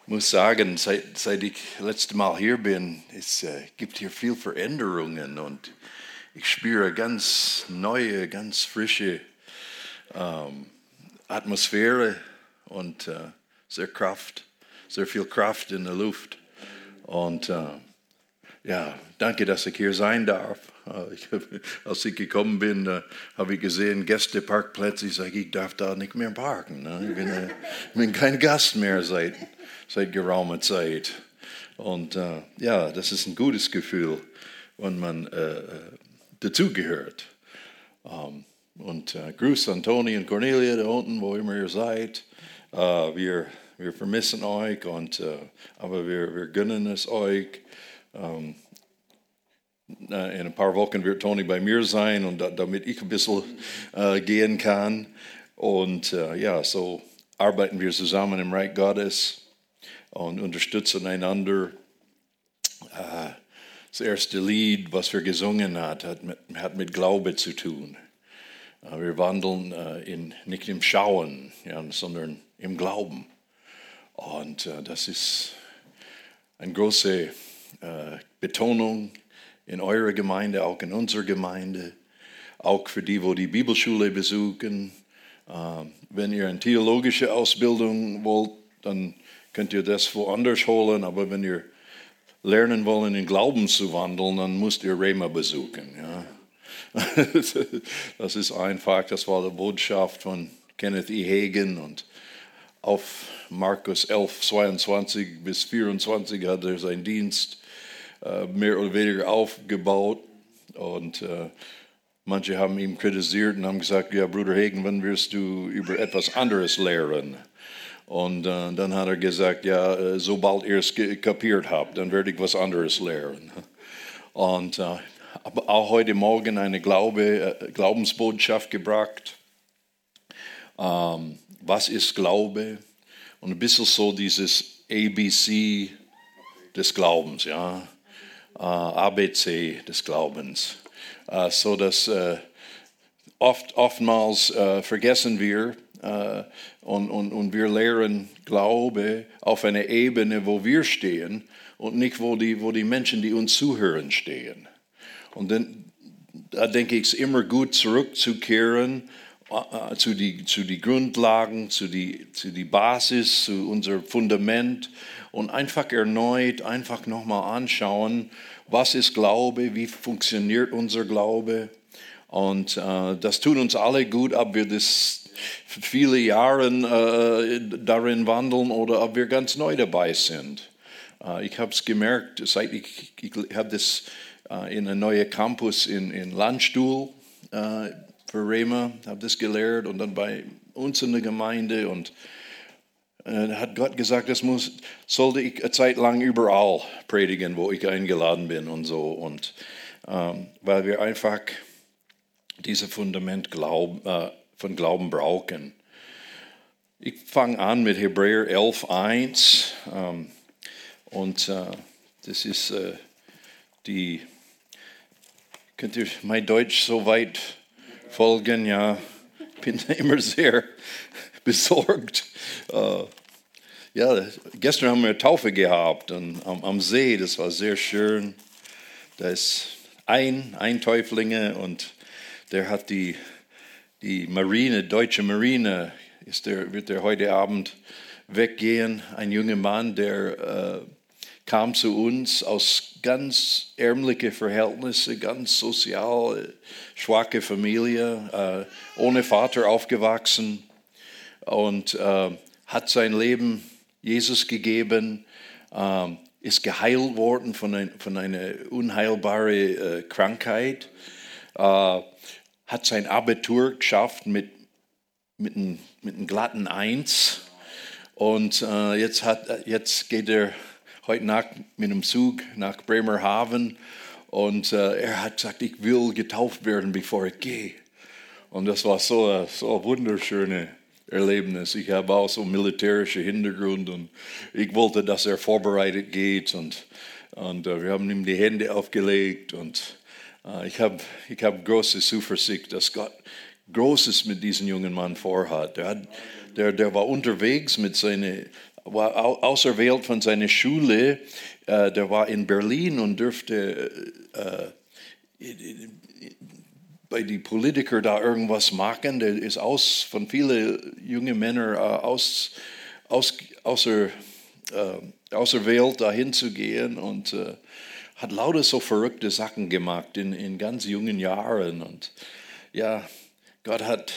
muss sagen, seit ich letzte Mal hier bin, es gibt hier viel Veränderungen und ich spüre ganz neue, ganz frische Atmosphäre und sehr viel Kraft in der Luft. Und ja, danke, dass ich hier sein darf. Als ich gekommen bin, habe ich gesehen, Gästeparkplätze. Ich sage, ich darf da nicht mehr parken. Ne? Ich bin kein Gast mehr seit geraumer Zeit. Und ja, das ist ein gutes Gefühl, wenn man dazugehört. Und Gruß an Toni und Cornelia da unten, wo immer ihr seid. Wir vermissen euch, aber wir gönnen es euch. In ein paar Wochen wird Toni bei mir sein, und damit ich ein bisschen gehen kann. Und ja, so arbeiten wir zusammen im Reich Gottes und unterstützen einander. Das erste Lied, was wir gesungen hat mit Glaube zu tun. Wir wandeln nicht im Schauen, ja, sondern im Glauben. Und das ist eine große Betonung in eurer Gemeinde, auch in unserer Gemeinde, auch für die, wo die Bibelschule besuchen. Wenn ihr eine theologische Ausbildung wollt, dann könnt ihr das woanders holen. Aber wenn ihr lernen wollt, in Glauben zu wandeln, dann müsst ihr Rema besuchen. Ja. Das ist einfach, das war die Botschaft von Kenneth E. Hagin, und auf Markus 11, 22 bis 24 hat er seinen Dienst mehr oder weniger aufgebaut, und manche haben ihn kritisiert und haben gesagt, ja, Bruder Hagin, wann wirst du über etwas anderes lehren? Und dann hat er gesagt, ja, sobald ihr es kapiert habt, dann werde ich was anderes lehren. Und aber auch heute Morgen eine Glaubensbotschaft gebracht. Was ist Glaube? Und ein bisschen so dieses ABC des Glaubens, ja. ABC des Glaubens. So dass oftmals vergessen wir und wir lehren Glaube auf einer Ebene, wo wir stehen, und nicht wo die Menschen, die uns zuhören, stehen. Und dann da denke ich, es ist immer gut, zurückzukehren zu die Grundlagen, zu die Basis, zu unser Fundament, und einfach erneut, nochmal anschauen, was ist Glaube, wie funktioniert unser Glaube. Und das tut uns alle gut, ob wir das viele Jahre darin wandeln oder ob wir ganz neu dabei sind. Ich habe es gemerkt, seit ich habe das in einem neuen Campus in Landstuhl für Rema, habe das gelernt, und dann bei uns in der Gemeinde, und hat Gott gesagt, sollte ich eine Zeit lang überall predigen, wo ich eingeladen bin und so, und weil wir einfach dieses Fundament von Glauben brauchen. Ich fange an mit Hebräer 11,1 und das ist könnt ihr mein Deutsch so weit folgen? Ja, ich bin immer sehr besorgt. Ja, gestern haben wir eine Taufe gehabt am See, das war sehr schön. Da ist ein Täuflinge, und der hat die Marine, deutsche Marine, wird der heute Abend weggehen. Ein junger Mann, der kam zu uns aus ganz ärmlichen Verhältnissen, ganz sozial schwache Familie, ohne Vater aufgewachsen, und hat sein Leben Jesus gegeben, ist geheilt worden von einer unheilbaren Krankheit, hat sein Abitur geschafft mit einem glatten 1, und jetzt geht er heute Nacht mit dem Zug nach Bremerhaven, und er hat gesagt, ich will getauft werden, bevor ich gehe. Und das war so ein wunderschönes Erlebnis. Ich habe auch so einen militärischen Hintergrund, und ich wollte, dass er vorbereitet geht, und wir haben ihm die Hände aufgelegt, und ich habe große Zuversicht, dass Gott Großes mit diesem jungen Mann vorhat. Der war unterwegs mit seinen war auserwählt von seiner Schule. Der war in Berlin und durfte bei den Politikern da irgendwas machen. Der ist von vielen jungen Männern auserwählt, dahin zu gehen und hat lauter so verrückte Sachen gemacht in ganz jungen Jahren. Und ja, Gott hat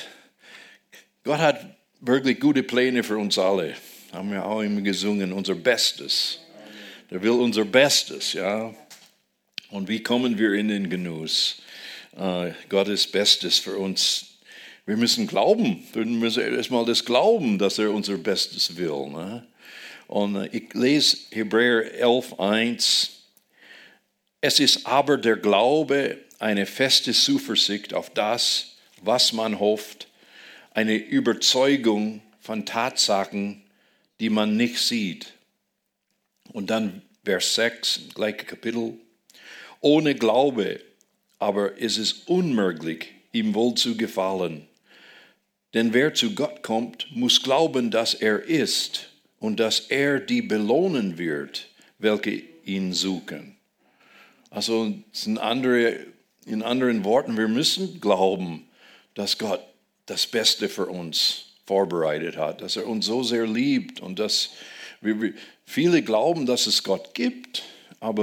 wirklich gute Pläne für uns alle. Haben wir auch immer gesungen, unser Bestes. Der will unser Bestes, ja. Und wie kommen wir in den Genuss? Gottes Bestes für uns. Wir müssen glauben. Wir müssen erstmal das glauben, dass er unser Bestes will. Ne? Und ich lese Hebräer 11,1. Es ist aber der Glaube eine feste Zuversicht auf das, was man hofft, eine Überzeugung von Tatsachen, die man nicht sieht. Und dann Vers 6, gleiche Kapitel. Ohne Glaube aber ist es unmöglich, ihm wohl zu gefallen. Denn wer zu Gott kommt, muss glauben, dass er ist und dass er die belohnen wird, welche ihn suchen. Also in anderen Worten, wir müssen glauben, dass Gott das Beste für uns vorbereitet hat, dass er uns so sehr liebt und dass viele glauben, dass es Gott gibt, aber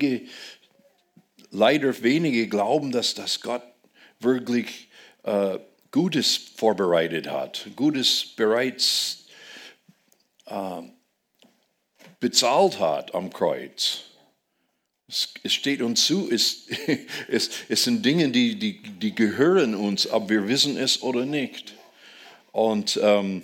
leider wenige glauben, dass Gott wirklich Gutes vorbereitet hat, Gutes bereits bezahlt hat am Kreuz. Es steht uns zu, es sind Dinge, die gehören uns, aber wir wissen es oder nicht. Und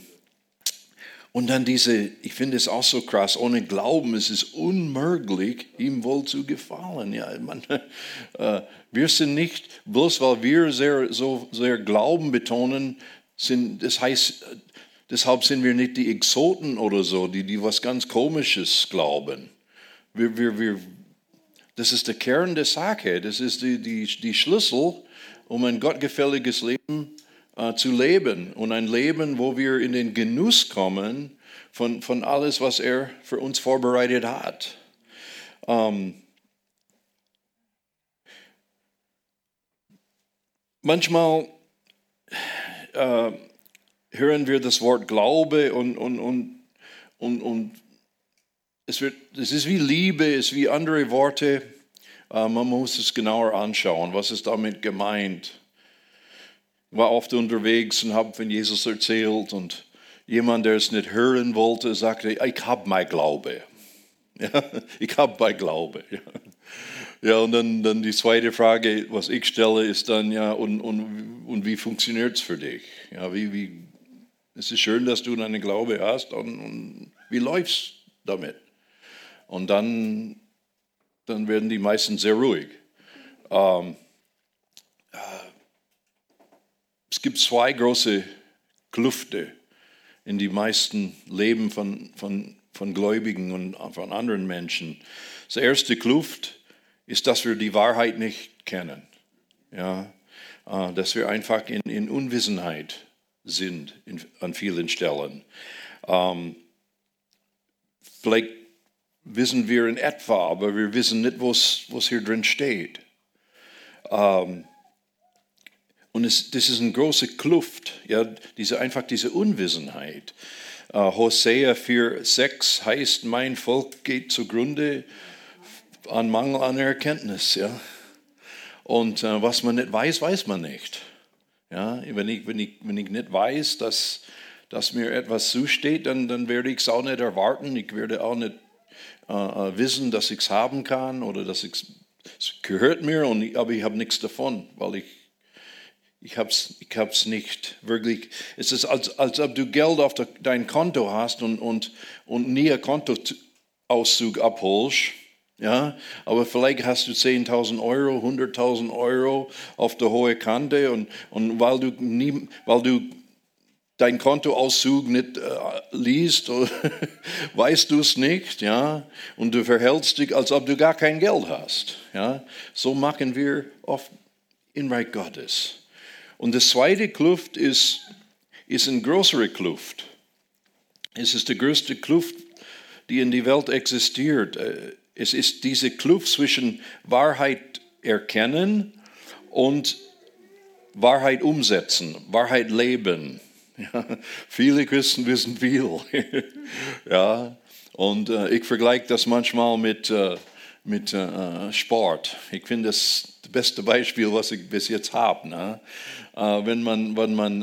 dann ich finde es auch so krass, ohne Glauben ist es unmöglich, ihm wohl zu gefallen. Ja, wir sind nicht, bloß weil wir so sehr Glauben betonen, deshalb sind wir nicht die Exoten oder so, die was ganz Komisches glauben. Das ist der Kern der Sache, das ist die Schlüssel, um ein gottgefälliges Leben zu leben und ein Leben, wo wir in den Genuss kommen von alles, was er für uns vorbereitet hat. Manchmal hören wir das Wort Glaube und es ist wie Liebe, es ist wie andere Worte. Man muss es genauer anschauen, was ist damit gemeint. Ich war oft unterwegs und habe von Jesus erzählt und jemand, der es nicht hören wollte, sagte, ich habe mein Glaube. Ja, ich habe mein Glaube. Ja, und dann die zweite Frage, was ich stelle, ist dann, ja, und wie funktioniert es für dich? Ja, es ist schön, dass du deinen Glaube hast und wie läufst du damit? Und dann werden die meisten sehr ruhig. Es gibt zwei große Klüfte in die meisten Leben von Gläubigen und von anderen Menschen. Das erste Kluft ist, dass wir die Wahrheit nicht kennen. Ja, dass wir einfach in Unwissenheit sind an vielen Stellen. Vielleicht wissen wir in etwa, aber wir wissen nicht, was hier drin steht. Und das ist eine große Kluft, ja, diese Unwissenheit. Hosea 4,6 heißt, mein Volk geht zugrunde an Mangel an Erkenntnis. Ja? Und was man nicht weiß, weiß man nicht. Ja? Wenn ich nicht weiß, dass mir etwas zusteht, dann werde ich es auch nicht erwarten. Ich werde auch nicht wissen, dass ich es haben kann oder dass es gehört mir, aber ich habe nichts davon, weil ich hab's nicht wirklich. Es ist, als ob du Geld auf dein Konto hast und nie ein Kontoauszug abholst. Ja? Aber vielleicht hast du 10.000 Euro, 100.000 Euro auf der hohen Kante und weil du dein Kontoauszug nicht liest, weißt du es nicht, ja, und du verhältst dich, als ob du gar kein Geld hast, ja. So machen wir oft im Reich Gottes. Und das zweite Kluft ist eine größere Kluft. Es ist die größte Kluft die in der Welt existiert. Es ist diese Kluft zwischen Wahrheit erkennen und Wahrheit umsetzen, Wahrheit leben. Ja, viele Christen wissen viel. Ja, und ich vergleiche das manchmal mit Sport. Ich finde das beste Beispiel, was ich bis jetzt habe. Ne? Wenn man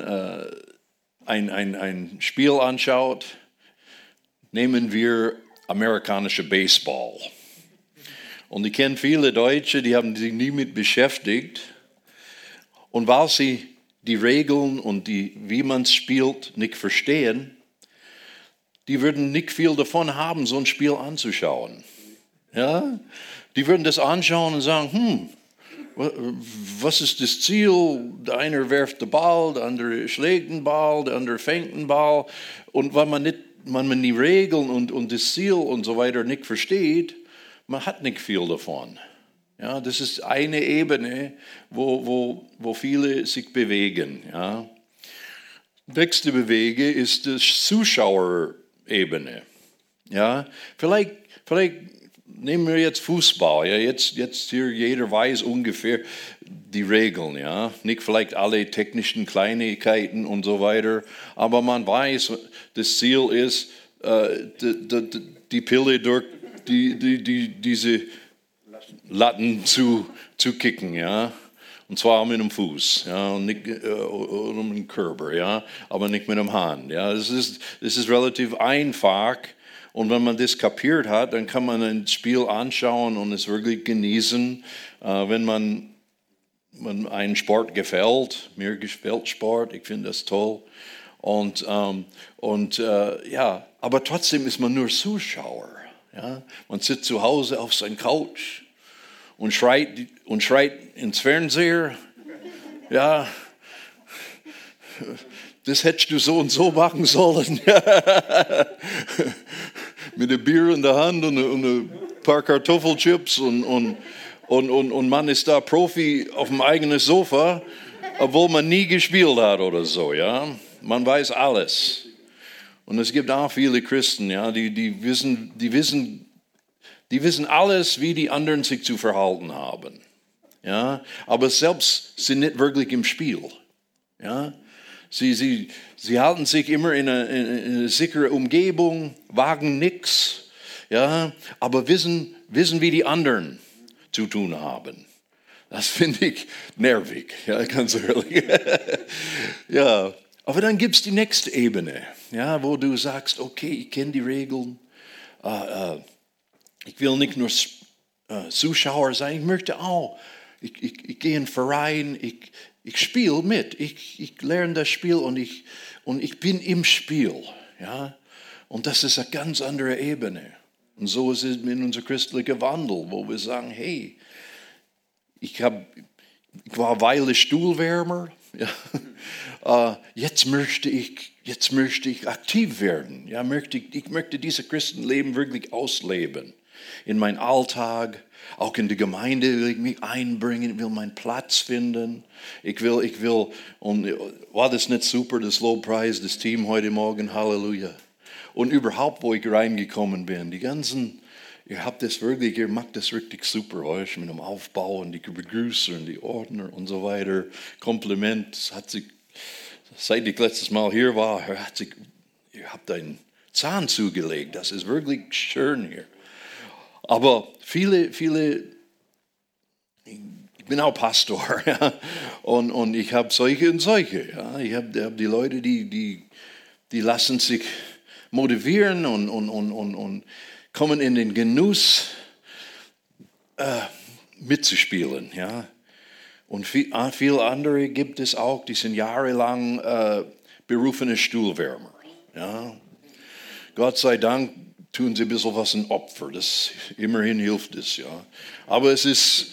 ein Spiel anschaut, nehmen wir amerikanische Baseball. Und ich kenne viele Deutsche, die haben sich nie mit beschäftigt. Und weil sie die Regeln und wie man es spielt, nicht verstehen, die würden nicht viel davon haben, so ein Spiel anzuschauen. Ja? Die würden das anschauen und sagen, was ist das Ziel? Der eine werft den Ball, der andere schlägt den Ball, der andere fängt den Ball. Und wenn man die Regeln und das Ziel und so weiter nicht versteht, man hat nicht viel davon. Ja, das ist eine Ebene, wo viele sich bewegen. Ja. Nächste Bewege ist die Zuschauerebene. Ja. Vielleicht nehmen wir jetzt Fußball. Ja. Jetzt hier jeder weiß ungefähr die Regeln. Ja. Nicht vielleicht alle technischen Kleinigkeiten und so weiter, aber man weiß, das Ziel ist, die Pille durch diese Latten zu kicken, ja, und zwar mit dem Fuß, ja, und nicht oder mit dem Körper, ja, aber nicht mit dem Hand, ja. Das ist relativ einfach, und wenn man das kapiert hat, dann kann man ein Spiel anschauen und es wirklich genießen, wenn man einen Sport gefällt. Mir gefällt Sport, ich finde das toll, ja, aber trotzdem ist man nur Zuschauer. Ja, man sitzt zu Hause auf seiner Couch und schreit ins Fernseher. Ja, das hättest du so und so machen sollen. Mit einem Bier in der Hand und ein paar Kartoffelchips und man ist da Profi auf dem eigenen Sofa, obwohl man nie gespielt hat oder so. Ja, man weiß alles. Und es gibt auch viele Christen, ja, die wissen alles, wie die anderen sich zu verhalten haben. Ja, aber selbst sind nicht wirklich im Spiel. Ja, sie halten sich immer in eine sichere Umgebung, wagen nichts, ja, aber wissen, wie die anderen zu tun haben. Das finde ich nervig, ja, ganz ehrlich. Ja. Aber dann gibt es die nächste Ebene, ja, wo du sagst, okay, ich kenne die Regeln, ich will nicht nur Zuschauer sein, ich möchte auch, ich gehe in einen Verein, ich spiele mit, ich lerne das Spiel und ich bin im Spiel. Ja? Und das ist eine ganz andere Ebene. Und so ist es in unserem christlichen Wandel, wo wir sagen, hey, ich war eine Weile Stuhlwärmer, ja. Jetzt möchte ich aktiv werden. Ja, ich möchte dieses Christenleben wirklich ausleben. In meinen Alltag, auch in die Gemeinde will ich mich einbringen, ich will meinen Platz finden. Ich will, und war das nicht super, das Lobpreis, das Team heute Morgen, Halleluja. Und überhaupt, wo ich reingekommen bin, ihr macht das richtig super, euch mit dem Aufbau und die Begrüßer und die Ordner und so weiter. Kompliment, seit ich letztes Mal hier war, ihr habt einen Zahn zugelegt, das ist wirklich schön hier. Aber viele, ich bin auch Pastor, ja, und ich habe solche und solche, ja. Ich habe die Leute, die lassen sich motivieren und kommen in den Genuss, mitzuspielen, ja. Und viele andere gibt es auch, die sind jahrelang berufene Stuhlwärmer. Ja. Gott sei Dank tun sie ein bisschen was ein Opfer. Immerhin hilft es. Ja. Aber es ist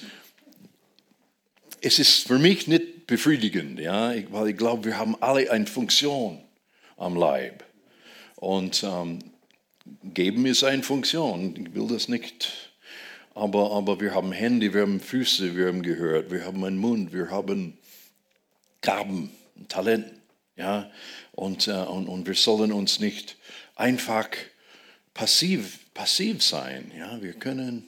für mich nicht befriedigend, ja, weil ich glaube, wir haben alle eine Funktion am Leib. Und Geben ist eine Funktion. Ich will das nicht. Aber wir haben Hände, wir haben Füße, wir haben Gehör, wir haben einen Mund, wir haben Gaben, Talent. Ja? Und wir sollen uns nicht einfach passiv sein. Ja? Wir können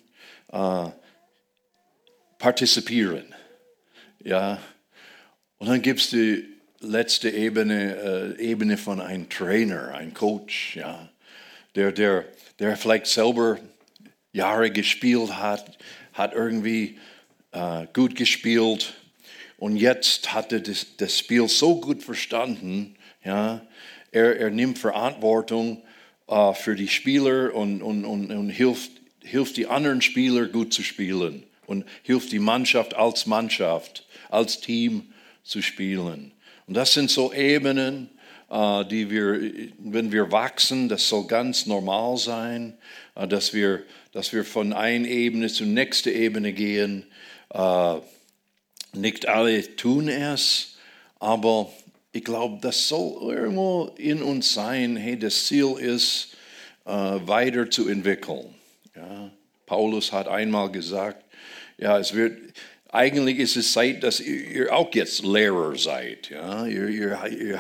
partizipieren. Ja? Und dann gibt es die letzte Ebene von einem Trainer, einem Coach, ja? der vielleicht selber Jahre gespielt hat irgendwie gut gespielt und jetzt hat er das Spiel so gut verstanden, ja? Er nimmt Verantwortung für die Spieler und hilft die anderen Spieler gut zu spielen und hilft die Mannschaft, als Team zu spielen. Und das sind so Ebenen, die wir, wenn wir wachsen, das soll ganz normal sein, dass wir von einer Ebene zur nächsten Ebene gehen. Nicht alle tun es, aber ich glaube, das soll irgendwo in uns sein. Hey, das Ziel ist, weiterzuentwickeln. Ja? Paulus hat einmal gesagt, ja, eigentlich ist es Zeit, dass ihr auch jetzt Lehrer seid. Ja? Ihr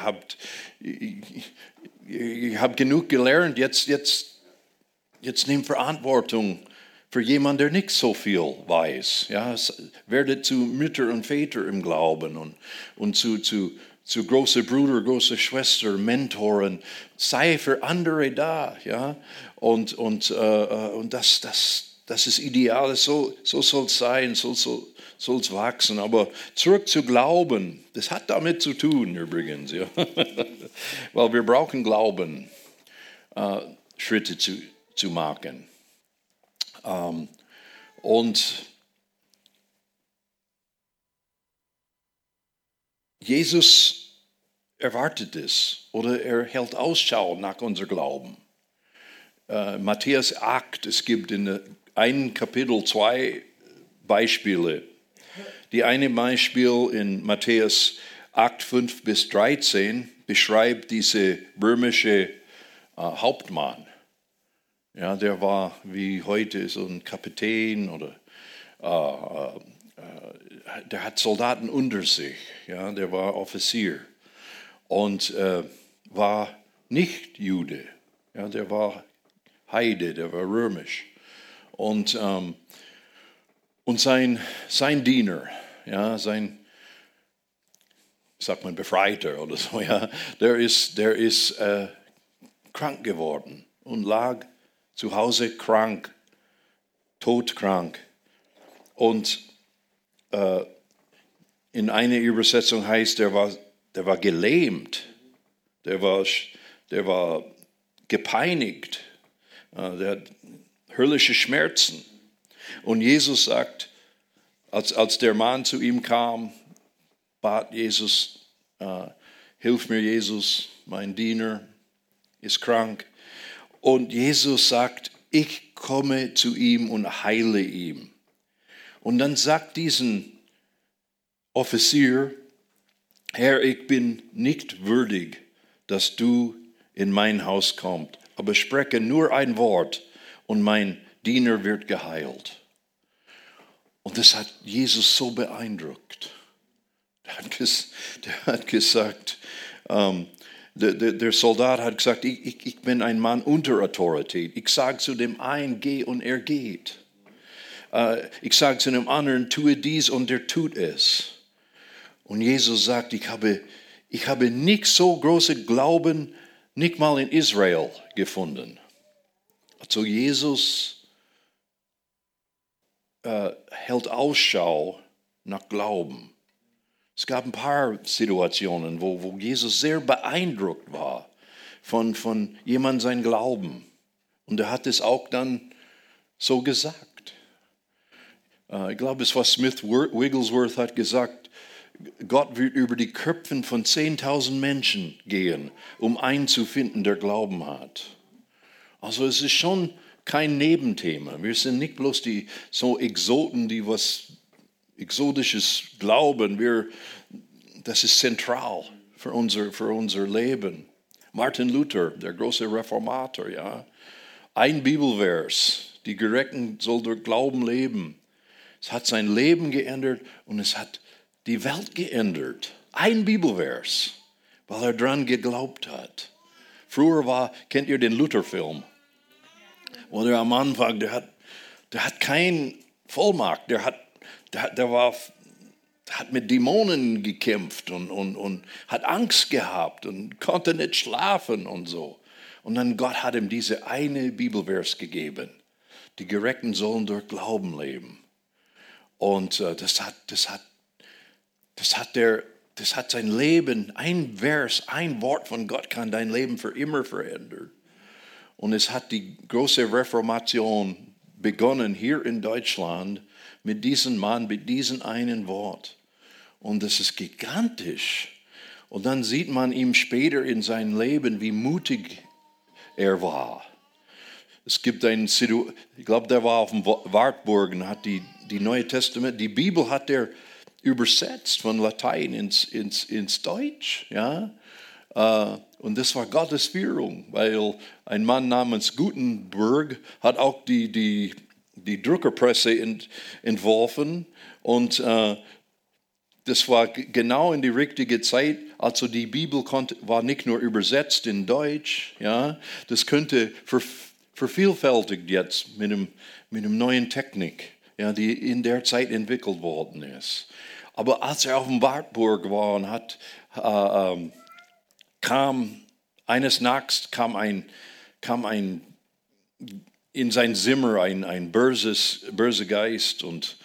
habt genug gelernt, jetzt nehmt Verantwortung für jemanden, der nicht so viel weiß. Ja? Werdet zu Mütter und Väter im Glauben und zu große Bruder, große Schwester, Mentoren. Sei für andere da. Ja? Und das ist ideal. So soll es sein, so soll es wachsen. Aber zurück zu Glauben, das hat damit zu tun übrigens. Ja? Weil wir brauchen Glauben, Schritte zu machen. Und Jesus erwartet es oder er hält Ausschau nach unserem Glauben. Matthäus 8, es gibt in einem Kapitel 2 Beispiele. Die eine Beispiel in Matthäus 8, 5 bis 13 beschreibt diese römische Hauptmann. Ja, der war wie heute so ein Kapitän oder der hat Soldaten unter sich. Ja, der war Offizier und war nicht Jude. Ja, der war Heide, der war römisch. Und sein Diener, ja, sagt man Befreiter oder so, ja, der ist krank geworden und lag zu Hause krank, todkrank. Und in einer Übersetzung heißt, der war gelähmt, der war gepeinigt, der hat höllische Schmerzen. Und Jesus sagt, als der Mann zu ihm kam, bat Jesus, hilf mir Jesus, mein Diener ist krank. Und Jesus sagt, ich komme zu ihm und heile ihn. Und dann sagt diesen Offizier, Herr, ich bin nicht würdig, dass du in mein Haus kommst, aber spreche nur ein Wort und mein Diener wird geheilt. Und das hat Jesus so beeindruckt. Der hat gesagt, der Soldat hat gesagt, ich bin ein Mann unter Autorität. Ich sage zu dem einen, geh und er geht. Ich sage zu dem anderen, tue dies und er tut es. Und Jesus sagt, ich habe nicht so großen Glauben, nicht mal in Israel gefunden. Also Jesus hält Ausschau nach Glauben. Es gab ein paar Situationen, wo Jesus sehr beeindruckt war von jemandem sein Glauben. Und er hat es auch dann so gesagt. Ich glaube, es war Smith Wigglesworth hat gesagt, Gott wird über die Köpfe von 10.000 Menschen gehen, um einen zu finden, der Glauben hat. Also es ist schon kein Nebenthema. Wir sind nicht bloß die so Exoten, die was Exotisches glauben. Das ist zentral für unser Leben. Martin Luther, der große Reformator, ja. Ein Bibelvers, die Gerechten soll durch Glauben leben. Es hat sein Leben geändert und es hat die Welt geändert. Ein Bibelvers, weil er dran geglaubt hat. Früher kennt ihr den Luther-Film? Oder am Anfang, der hat keinen Vollmacht, der hat mit Dämonen gekämpft und hat Angst gehabt und konnte nicht schlafen und so. Und dann Gott hat ihm diese eine Bibelvers gegeben. Die Gerechten sollen durch Glauben leben. Und das hat sein Leben, ein Vers, ein Wort von Gott kann dein Leben für immer verändern. Und es hat die große Reformation begonnen hier in Deutschland mit diesem Mann, mit diesem einen Wort. Und das ist gigantisch. Und dann sieht man ihm später in seinem Leben, wie mutig er war. Es gibt ich glaube, der war auf dem Wartburg und hat die Neue Testament, die Bibel hat er übersetzt von Latein ins Deutsch. Ja? Und das war Gottes Führung, weil ein Mann namens Gutenberg hat auch die Druckerpresse entworfen und das war genau in die richtige Zeit. Also die Bibel war nicht nur übersetzt in Deutsch, ja, das könnte vervielfältigt jetzt mit einem neuen Technik, ja, die in der Zeit entwickelt worden ist. Aber als er auf dem Wartburg war und kam eines Nachts in sein Zimmer ein böser Geist und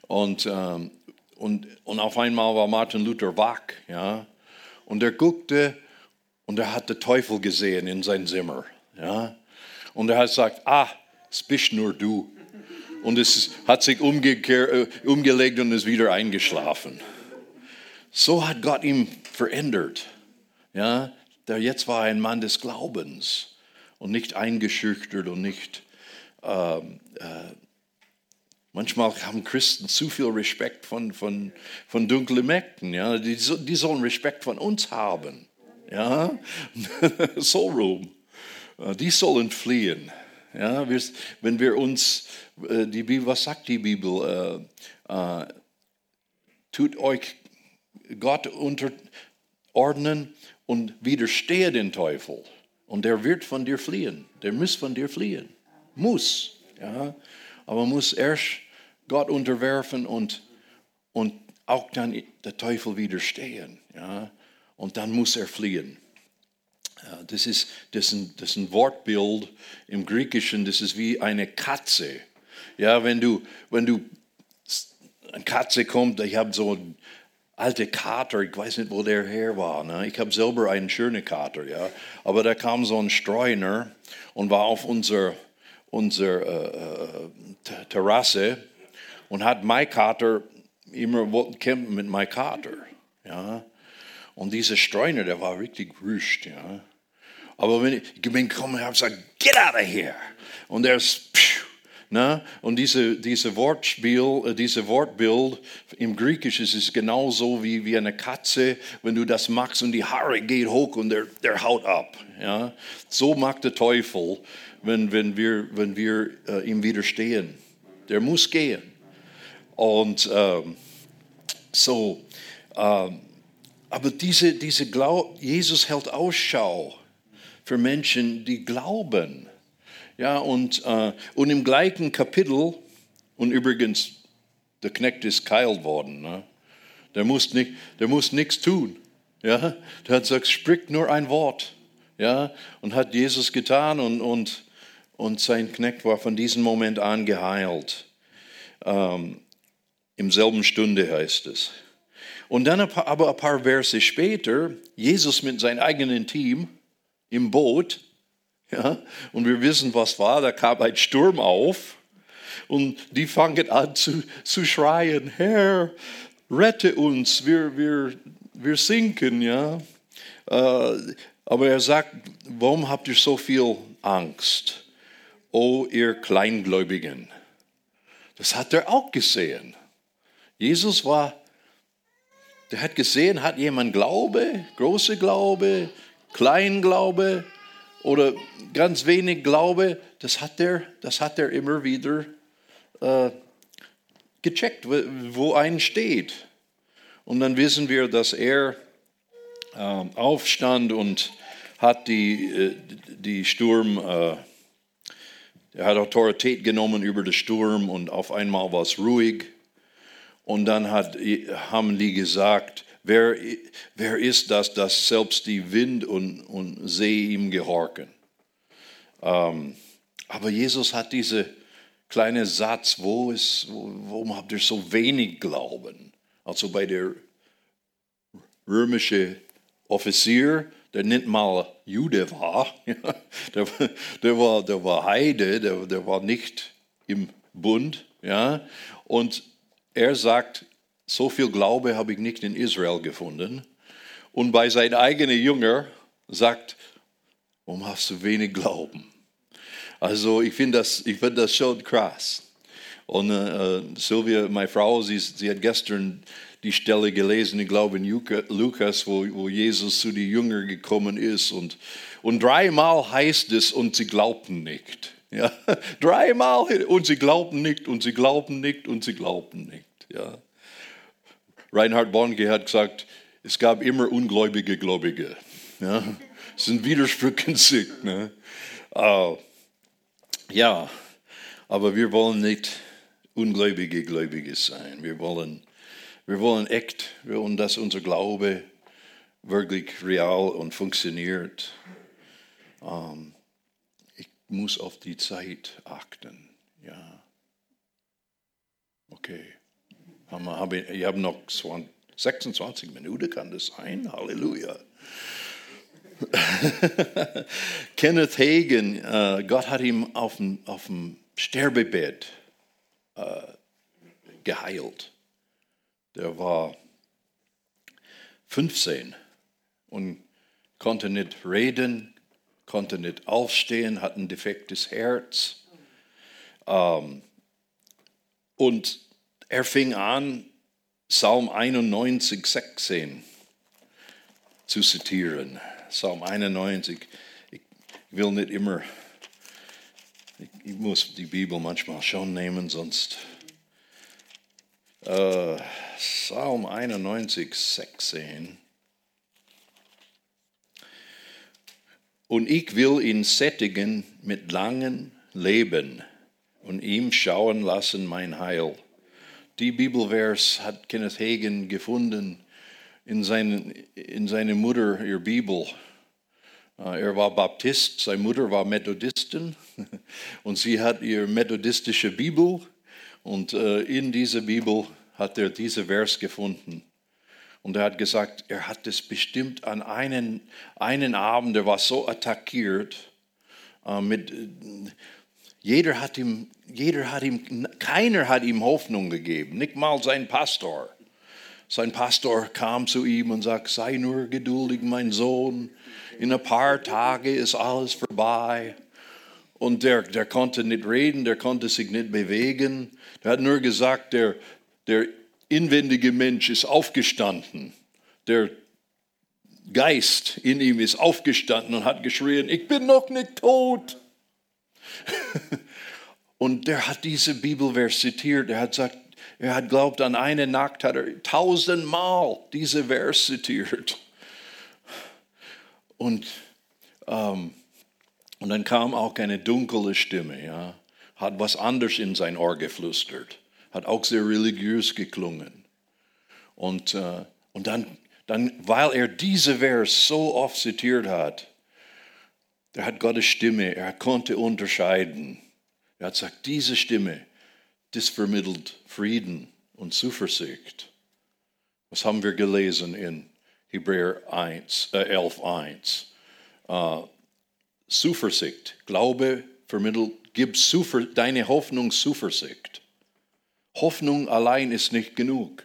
auf einmal war Martin Luther wach, ja, und er guckte und er hat den Teufel gesehen in sein Zimmer, ja, und er hat gesagt, es bist nur du, und es hat sich umgelegt und ist wieder eingeschlafen. So hat Gott ihn verändert, ja, jetzt war er ein Mann des Glaubens und nicht eingeschüchtert und nicht manchmal haben Christen zu viel Respekt von dunklen Mächten. Ja? Die sollen Respekt von uns haben. Ja? So rum. Die sollen fliehen. Ja? Wenn wir uns, was sagt die Bibel? Tut euch Gott unterordnen und widerstehe den Teufel. Und der wird von dir fliehen. Der muss von dir fliehen. Muss. Ja? Aber man muss erst Gott unterwerfen und auch dann der Teufel widerstehen. Ja? Und dann muss er fliehen. Ja, das ist ein Wortbild im Griechischen, das ist wie eine Katze. Ja, wenn du eine Katze kommt, ich habe so einen alten Kater, ich weiß nicht, wo der her war. Ne? Ich habe selber einen schönen Kater, ja. Aber da kam so ein Streuner und war auf unserer Terrasse und hat mein Kater immer kämpfen mit meinem Kater. Ja? Und dieser Streuner, der war richtig wüst. Ja? Aber wenn ich bin gekommen und habe gesagt, get out of here. Und er ist, ne? Und diese Wortbild im Griechischen ist genauso wie eine Katze, wenn du das machst und die Haare geht hoch und der haut ab. Ja? So macht der Teufel, wenn wir ihm widerstehen. Der muss gehen. Und aber Jesus hält Ausschau für Menschen, die glauben. Ja, und im gleichen Kapitel, und übrigens, der Knecht ist geheilt worden. Ne? Der muss nichts tun. Ja? Der hat gesagt, sprich nur ein Wort. Ja? Und hat Jesus getan und sein Knecht war von diesem Moment an geheilt. Im selben Stunde heißt es. Und dann aber ein paar Verse später, Jesus mit seinem eigenen Team im Boot, ja, und wir wissen, was war, da kam ein Sturm auf und die fangen an zu schreien, Herr, rette uns, wir sinken, ja. Aber er sagt, warum habt ihr so viel Angst, o ihr Kleingläubigen? Das hat er auch gesehen. Jesus der hat gesehen, hat jemand Glaube, große Glaube, Kleinglaube oder ganz wenig Glaube. Das hat er immer wieder gecheckt, wo ein steht. Und dann wissen wir, dass er aufstand und hat die Sturm Er hat Autorität genommen über den Sturm und auf einmal war es ruhig. Und dann haben die gesagt, wer ist das, dass selbst die Wind und See ihm gehorchen? Aber Jesus hat diese kleine Satz, warum habt ihr so wenig Glauben? Also bei der römischen Offizier, der nicht mal Jude war, der war Heide, der war nicht im Bund, ja, und er sagt, so viel Glaube habe ich nicht in Israel gefunden. Und bei seinen eigenen Jünger sagt, warum hast du wenig Glauben? Also ich finde das schon krass. Und Sylvia, meine Frau, sie hat gestern die Stelle gelesen, ich glaube in Lukas, wo Jesus zu den Jüngern gekommen ist. Und dreimal heißt es, und sie glaubten nicht. Ja, dreimal, und sie glaubten nicht, und sie glaubten nicht, und sie glaubten nicht. Ja. Reinhard Bonnke hat gesagt, es gab immer ungläubige Gläubige. Ja. Es sind Widersprüche in sich. Ne? Ja, aber wir wollen nicht ungläubige Gläubige sein. Wir wollen echt, wir wollen, dass unser Glaube wirklich real und funktioniert. Ich muss auf die Zeit achten. Ja. Okay. Ich habe noch 26 Minuten, kann das sein? Halleluja. Kenneth Hagin, Gott hat ihn auf dem Sterbebett geheilt. Der war 15 und konnte nicht reden, konnte nicht aufstehen, hat ein defektes Herz. Und er fing an, Psalm 91, 16 zu zitieren. Psalm 91, ich will nicht immer, ich muss die Bibel manchmal schon nehmen, sonst. Psalm 91, 16. Und ich will ihn sättigen mit langem Leben und ihm schauen lassen mein Heil. Die Bibelvers hat Kenneth Hagin gefunden in seiner Mutter, ihre Bibel. Er war Baptist, seine Mutter war Methodistin und sie hat ihre methodistische Bibel und in dieser Bibel hat er diese Vers gefunden. Und er hat gesagt, er hat es bestimmt an einen Abend, er war so attackiert, keiner hat ihm Hoffnung gegeben, nicht mal sein Pastor. Sein Pastor kam zu ihm und sagte, sei nur geduldig, mein Sohn, in ein paar Tagen ist alles vorbei. Und der konnte nicht reden, der konnte sich nicht bewegen. Der hat nur gesagt, der inwendige Mensch ist aufgestanden. Der Geist in ihm ist aufgestanden und hat geschrien, ich bin noch nicht tot. Und der hat diese Bibelvers zitiert. Er hat gesagt, er hat glaubt, an eine Nacht hat er 1000-mal diese Vers zitiert. Und dann kam auch eine dunkle Stimme, ja, hat was anderes in sein Ohr geflüstert, hat auch sehr religiös geklungen. Und dann, weil er diese Vers so oft zitiert hat, er hat Gottes Stimme, er konnte unterscheiden. Er hat gesagt, diese Stimme, das vermittelt Frieden und Zuversicht. Was haben wir gelesen in Hebräer 11,1? Zuversicht, Glaube vermittelt, gib deine Hoffnung Zuversicht. Hoffnung allein ist nicht genug.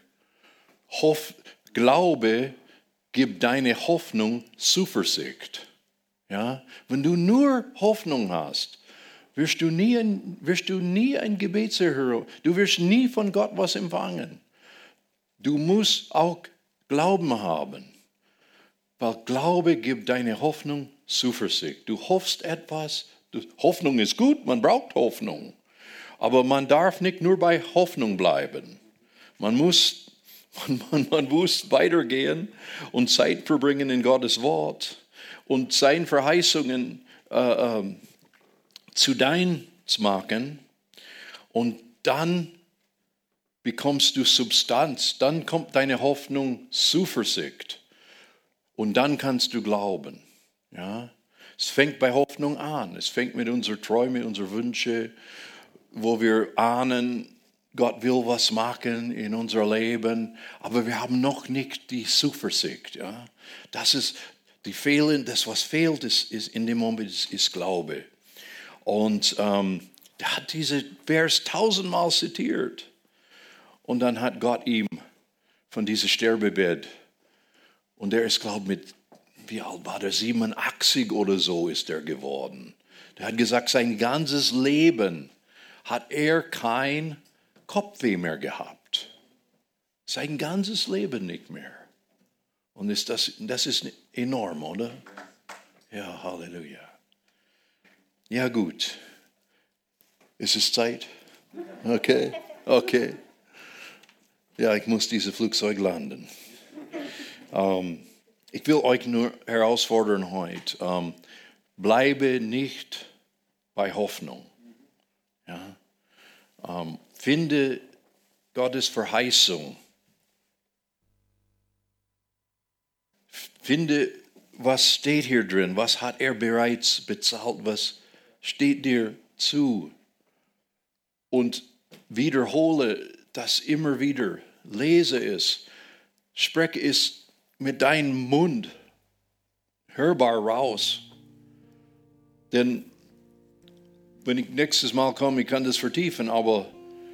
Glaube gibt deine Hoffnung Zuversicht. Ja? Wenn du nur Hoffnung hast, wirst du nie ein Gebetserhörer. Du wirst nie von Gott was empfangen. Du musst auch Glauben haben. Weil Glaube gibt deine Hoffnung Zuversicht. Du hoffst etwas. Hoffnung ist gut, man braucht Hoffnung. Aber man darf nicht nur bei Hoffnung bleiben. Man muss weitergehen und Zeit verbringen in Gottes Wort und seine Verheißungen zu dein machen und dann bekommst du Substanz, dann kommt deine Hoffnung Zuversicht und dann kannst du glauben. Ja? Es fängt bei Hoffnung an, es fängt mit unseren Träumen, unseren Wünschen, wo wir ahnen, Gott will was machen in unser Leben, aber wir haben noch nicht die Zuversicht. Ja? Das ist das, was fehlt, ist in dem Moment ist Glaube. Und er hat diese Vers 1000-mal zitiert. Und dann hat Gott ihm von diesem Sterbebett, und er ist, glaube ich, mit, wie alt war der, 87 oder so ist er geworden. Der hat gesagt, sein ganzes Leben hat er kein Kopfweh mehr gehabt. Sein ganzes Leben nicht mehr. Und das ist enorm, oder? Ja, Halleluja. Ja, gut. Ist es Zeit? Okay. Ja, ich muss dieses Flugzeug landen. Ich will euch nur herausfordern heute. Bleibe nicht bei Hoffnung. Ja? Finde Gottes Verheißung. Finde, was steht hier drin, was hat er bereits bezahlt, was steht dir zu. Und wiederhole das immer wieder. Lese es. Spreche es mit deinem Mund hörbar raus. Denn wenn ich nächstes Mal komme, ich kann das vertiefen, aber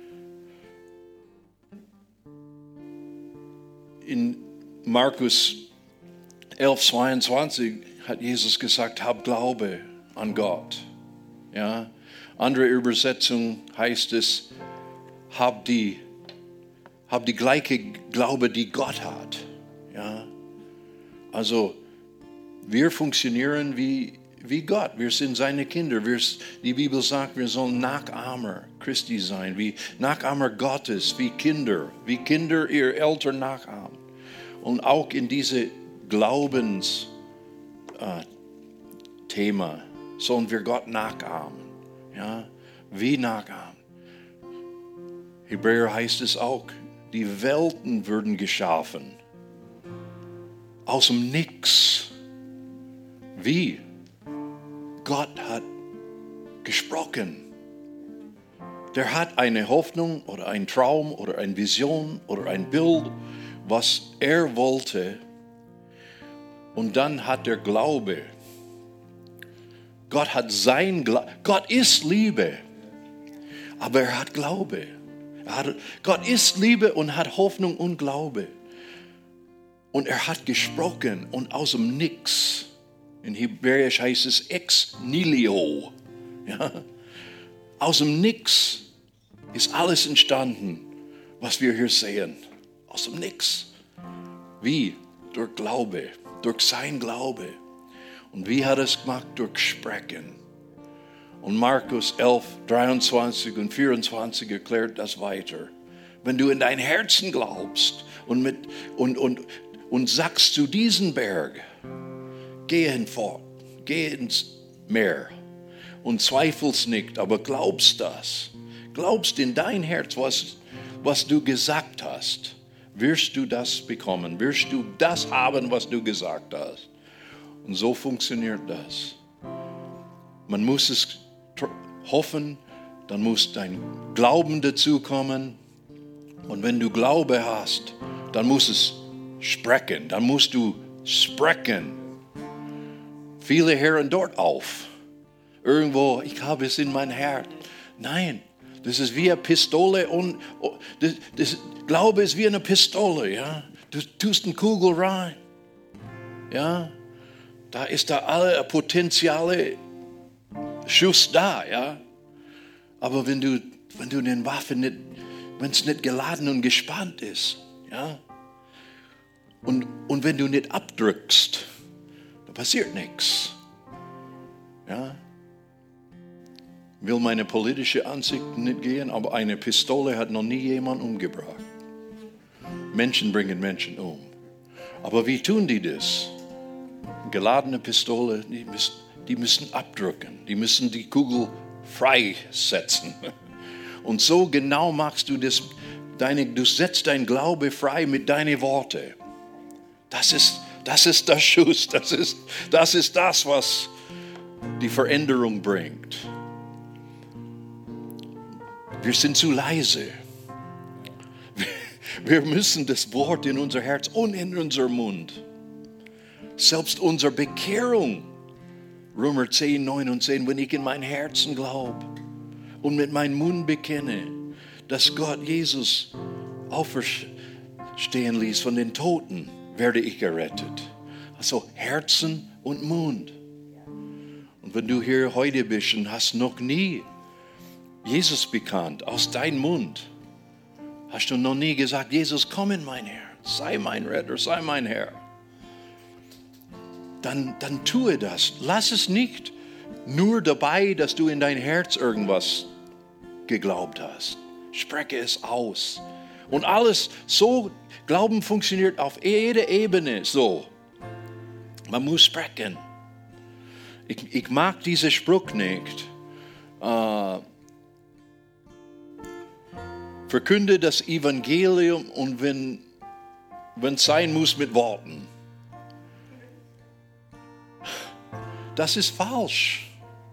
in Markus 11,22 hat Jesus gesagt, hab Glaube an Gott. Ja? Andere Übersetzung heißt es, hab die gleiche Glaube, die Gott hat. Ja? Also wir funktionieren wie Gott. Wir sind seine Kinder. Die Bibel sagt, wir sollen Nachahmer Christi sein, wie Nachahmer Gottes, wie Kinder ihre Eltern nachahmen. Und auch in diese Glaubensthema sollen wir Gott nachahmen. Ja? Wie nachahmen? Hebräer heißt es auch, die Welten würden geschaffen. Aus dem Nix. Wie? Gott hat gesprochen. Der hat eine Hoffnung oder einen Traum oder eine Vision oder ein Bild, was er wollte. Und dann hat der Glaube. Gott ist Liebe, aber er hat Glaube. Gott ist Liebe und hat Hoffnung und Glaube. Und er hat gesprochen und aus dem Nix. In Hebräisch heißt es ex nihilo. Ja? Aus dem Nix ist alles entstanden, was wir hier sehen. Aus dem Nix. Wie? Durch Glaube. Durch sein Glaube. Und wie hat er es gemacht? Durch Sprechen. Und Markus 11, 23 und 24 erklärt das weiter. Wenn du in dein Herzen glaubst und sagst zu diesem Berg, geh hinfort, geh ins Meer und zweifelst nicht, aber glaubst das. Glaubst in dein Herz, was du gesagt hast, wirst du das bekommen, wirst du das haben, was du gesagt hast. Und so funktioniert das. Man muss es hoffen, dann muss dein Glauben dazukommen. Und wenn du Glaube hast, dann muss es sprechen, dann musst du sprechen. Viele hören dort auf. Irgendwo, ich habe es in mein Herz. Nein, das ist wie eine Pistole und das Glaube ist wie eine Pistole, ja. Du tust eine Kugel rein, ja. Da ist da alle potenzielle Schuss da, ja. Aber wenn du den Waffen nicht, wenn es nicht geladen und gespannt ist, ja. Und wenn du nicht abdrückst, da passiert nichts, ja. Ich will meine politische Ansicht nicht gehen, aber eine Pistole hat noch nie jemand umgebracht. Menschen bringen Menschen um. Aber wie tun die das? Geladene Pistole, die müssen abdrücken. Die müssen die Kugel freisetzen. Und so genau machst du das, du setzt dein Glaube frei mit deinen Worten. Das ist der Schuss, das ist das, was die Veränderung bringt. Wir sind zu leise. Wir müssen das Wort in unser Herz und in unser Mund. Selbst unsere Bekehrung, Römer 10, 9 und 10, wenn ich in mein Herzen glaube und mit meinem Mund bekenne, dass Gott Jesus auferstehen ließ von den Toten, werde ich gerettet. Also Herzen und Mund. Und wenn du hier heute bist und hast noch nie Jesus bekannt, aus deinem Mund, hast du noch nie gesagt, Jesus, komm in mein Herz, sei mein Retter, sei mein Herr. Dann tue das. Lass es nicht nur dabei, dass du in dein Herz irgendwas geglaubt hast. Spreche es aus. Und alles so, Glauben funktioniert auf jeder Ebene so. Man muss sprechen. Ich mag diesen Spruch nicht. Verkünde das Evangelium und wenn es sein muss mit Worten. Das ist falsch.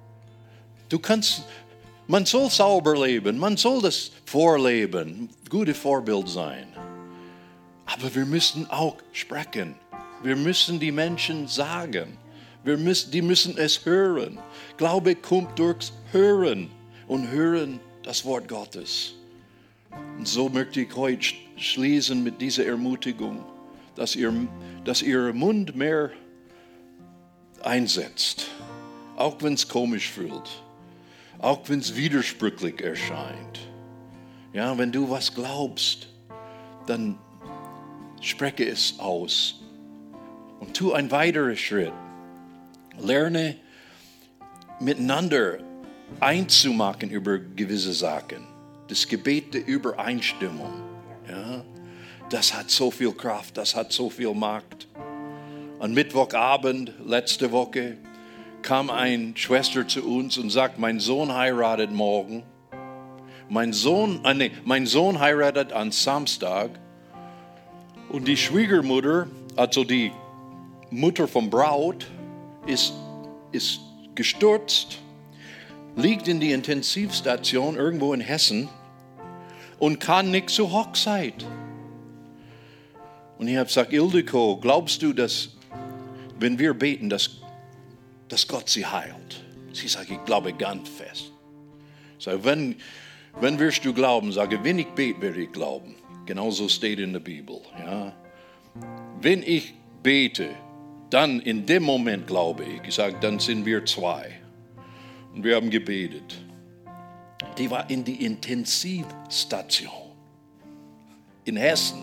Man soll sauber leben, man soll das vorleben, gute Vorbild sein. Aber wir müssen auch sprechen. Wir müssen die Menschen sagen. Die müssen es hören. Glaube kommt durchs Hören und Hören das Wort Gottes. Und so möchte ich heute schließen mit dieser Ermutigung, dass ihr Mund mehr einsetzt, auch wenn es komisch fühlt, auch wenn es widersprüchlich erscheint. Ja, wenn du was glaubst, dann spreche es aus und tu einen weiteren Schritt. Lerne miteinander einzumachen über gewisse Sachen. Das Gebet der Übereinstimmung. Ja, das hat so viel Kraft, das hat so viel Macht. Am Mittwochabend letzte Woche kam eine Schwester zu uns und sagt, mein Sohn heiratet morgen. Mein Sohn heiratet am Samstag. Und die Schwiegermutter, also die Mutter vom Braut, ist gestürzt, liegt in die Intensivstation irgendwo in Hessen und kann nicht zur Hochzeit. Und ich habe gesagt, Ildiko, glaubst du, dass, wenn wir beten, dass Gott sie heilt? Sie sagt, ich glaube ganz fest. Ich sage, wenn wirst du glauben? Sage, wenn ich bete, werde ich glauben. Genauso steht in der Bibel. Ja? Wenn ich bete, dann in dem Moment glaube ich. Ich sage, dann sind wir zwei. Und wir haben gebetet. Die war in die Intensivstation in Hessen.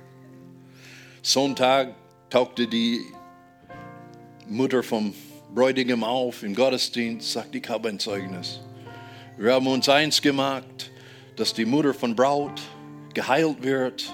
Sonntag tauchte die Mutter vom Bräutigam auf im Gottesdienst, sagt, ich habe ein Zeugnis. Wir haben uns eins gemacht, dass die Mutter von Braut geheilt wird.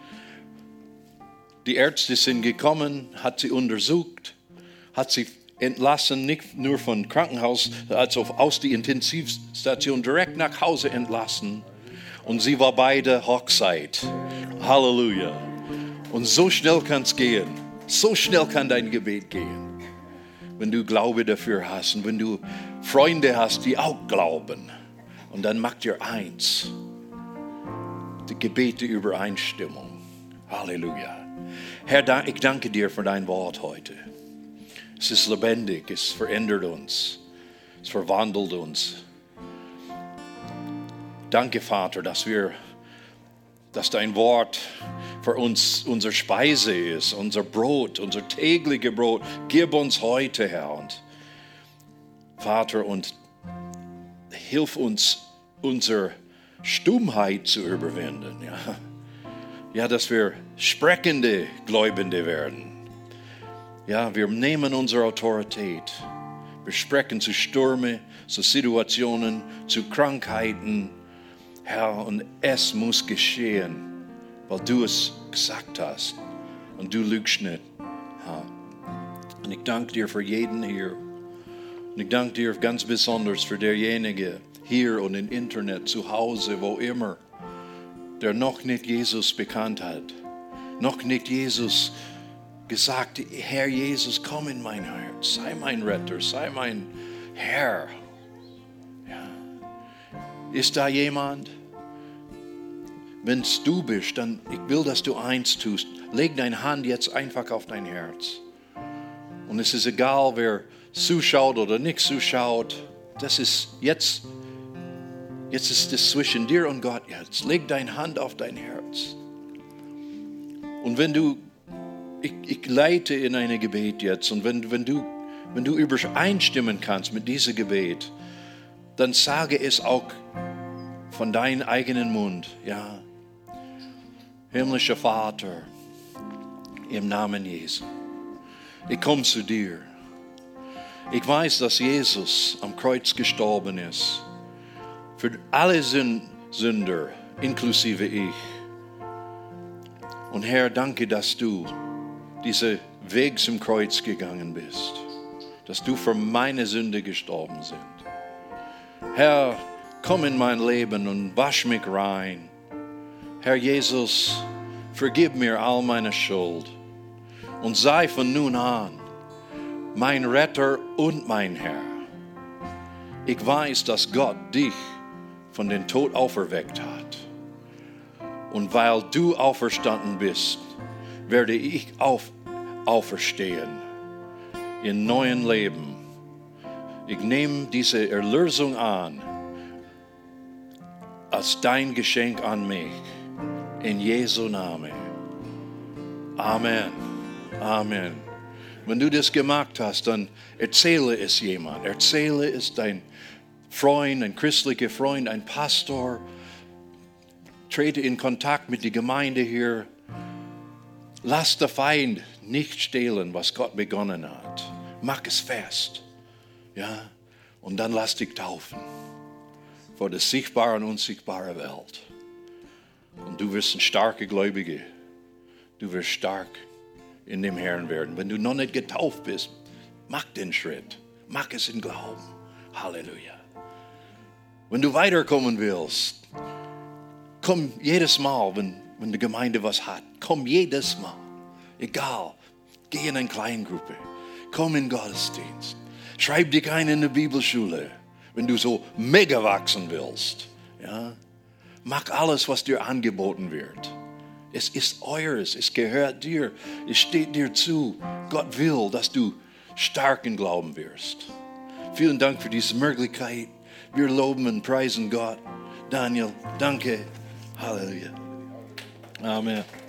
Die Ärzte sind gekommen, hat sie untersucht, hat sie entlassen, nicht nur vom Krankenhaus, also aus der Intensivstation direkt nach Hause entlassen. Und sie war bei der Hochzeit. Halleluja. Und so schnell kann es gehen. So schnell kann dein Gebet gehen. Wenn du Glaube dafür hast und wenn du Freunde hast, die auch glauben. Und dann macht ihr eins. Die Gebete Übereinstimmung. Halleluja. Herr, ich danke dir für dein Wort heute. Es ist lebendig, es verändert uns, es verwandelt uns. Danke, Vater, dass dein Wort für uns unsere Speise ist, unser Brot, unser tägliches Brot. Gib uns heute, Herr, und Vater, und hilf uns, unsere Stummheit zu überwinden. Ja, dass wir sprechende Gläubige werden. Ja, wir nehmen unsere Autorität. Wir sprechen zu Stürmen, zu Situationen, zu Krankheiten. Herr, und es muss geschehen, weil du es gesagt hast. Und du lügst nicht. Ja. Und ich danke dir für jeden hier. Und ich danke dir ganz besonders für derjenige hier und im Internet, zu Hause, wo immer, der noch nicht Jesus bekannt hat, noch nicht Jesus gesagt, Herr Jesus, komm in mein Herz, sei mein Retter, sei mein Herr. Ja. Ist da jemand? Wenn es du bist, dann ich will, dass du eins tust. Leg deine Hand jetzt einfach auf dein Herz. Und es ist egal, wer zuschaut oder nicht zuschaut. Das ist jetzt ist es zwischen dir und Gott jetzt. Leg deine Hand auf dein Herz. Und wenn du, ich leite in ein Gebet jetzt, und wenn du übereinstimmen kannst mit diesem Gebet, dann sage es auch von deinem eigenen Mund, ja. Himmlischer Vater, im Namen Jesu, ich komme zu dir. Ich weiß, dass Jesus am Kreuz gestorben ist. Für alle Sünder, inklusive ich. Und Herr, danke, dass du diesen Weg zum Kreuz gegangen bist. Dass du für meine Sünde gestorben bist. Herr, komm in mein Leben und wasch mich rein. Herr Jesus, vergib mir all meine Schuld und sei von nun an mein Retter und mein Herr. Ich weiß, dass Gott dich von den Tod auferweckt hat. Und weil du auferstanden bist, werde ich auferstehen in neuen Leben. Ich nehme diese Erlösung an als dein Geschenk an mich. In Jesu Namen. Amen. Amen. Wenn du das gemacht hast, dann erzähle es jemand. Erzähle es dein Freund, ein christlicher Freund, ein Pastor. Trete in Kontakt mit der Gemeinde hier. Lass der Feind nicht stehlen, was Gott begonnen hat. Mach es fest. Ja? Und dann lass dich taufen. Vor der sichtbaren und unsichtbaren Welt. Und du wirst ein starker Gläubiger. Du wirst stark in dem Herrn werden. Wenn du noch nicht getauft bist, mach den Schritt. Mach es in Glauben. Halleluja. Wenn du weiterkommen willst, komm jedes Mal, wenn die Gemeinde was hat. Komm jedes Mal. Egal. Geh in eine Kleingruppe. Komm in den Gottesdienst. Schreib dich ein in die Bibelschule, wenn du so mega wachsen willst. Ja? Mach alles, was dir angeboten wird. Es ist eures, es gehört dir, es steht dir zu. Gott will, dass du stark im Glauben wirst. Vielen Dank für diese Möglichkeit. Wir loben und preisen Gott. Daniel, danke. Halleluja. Amen.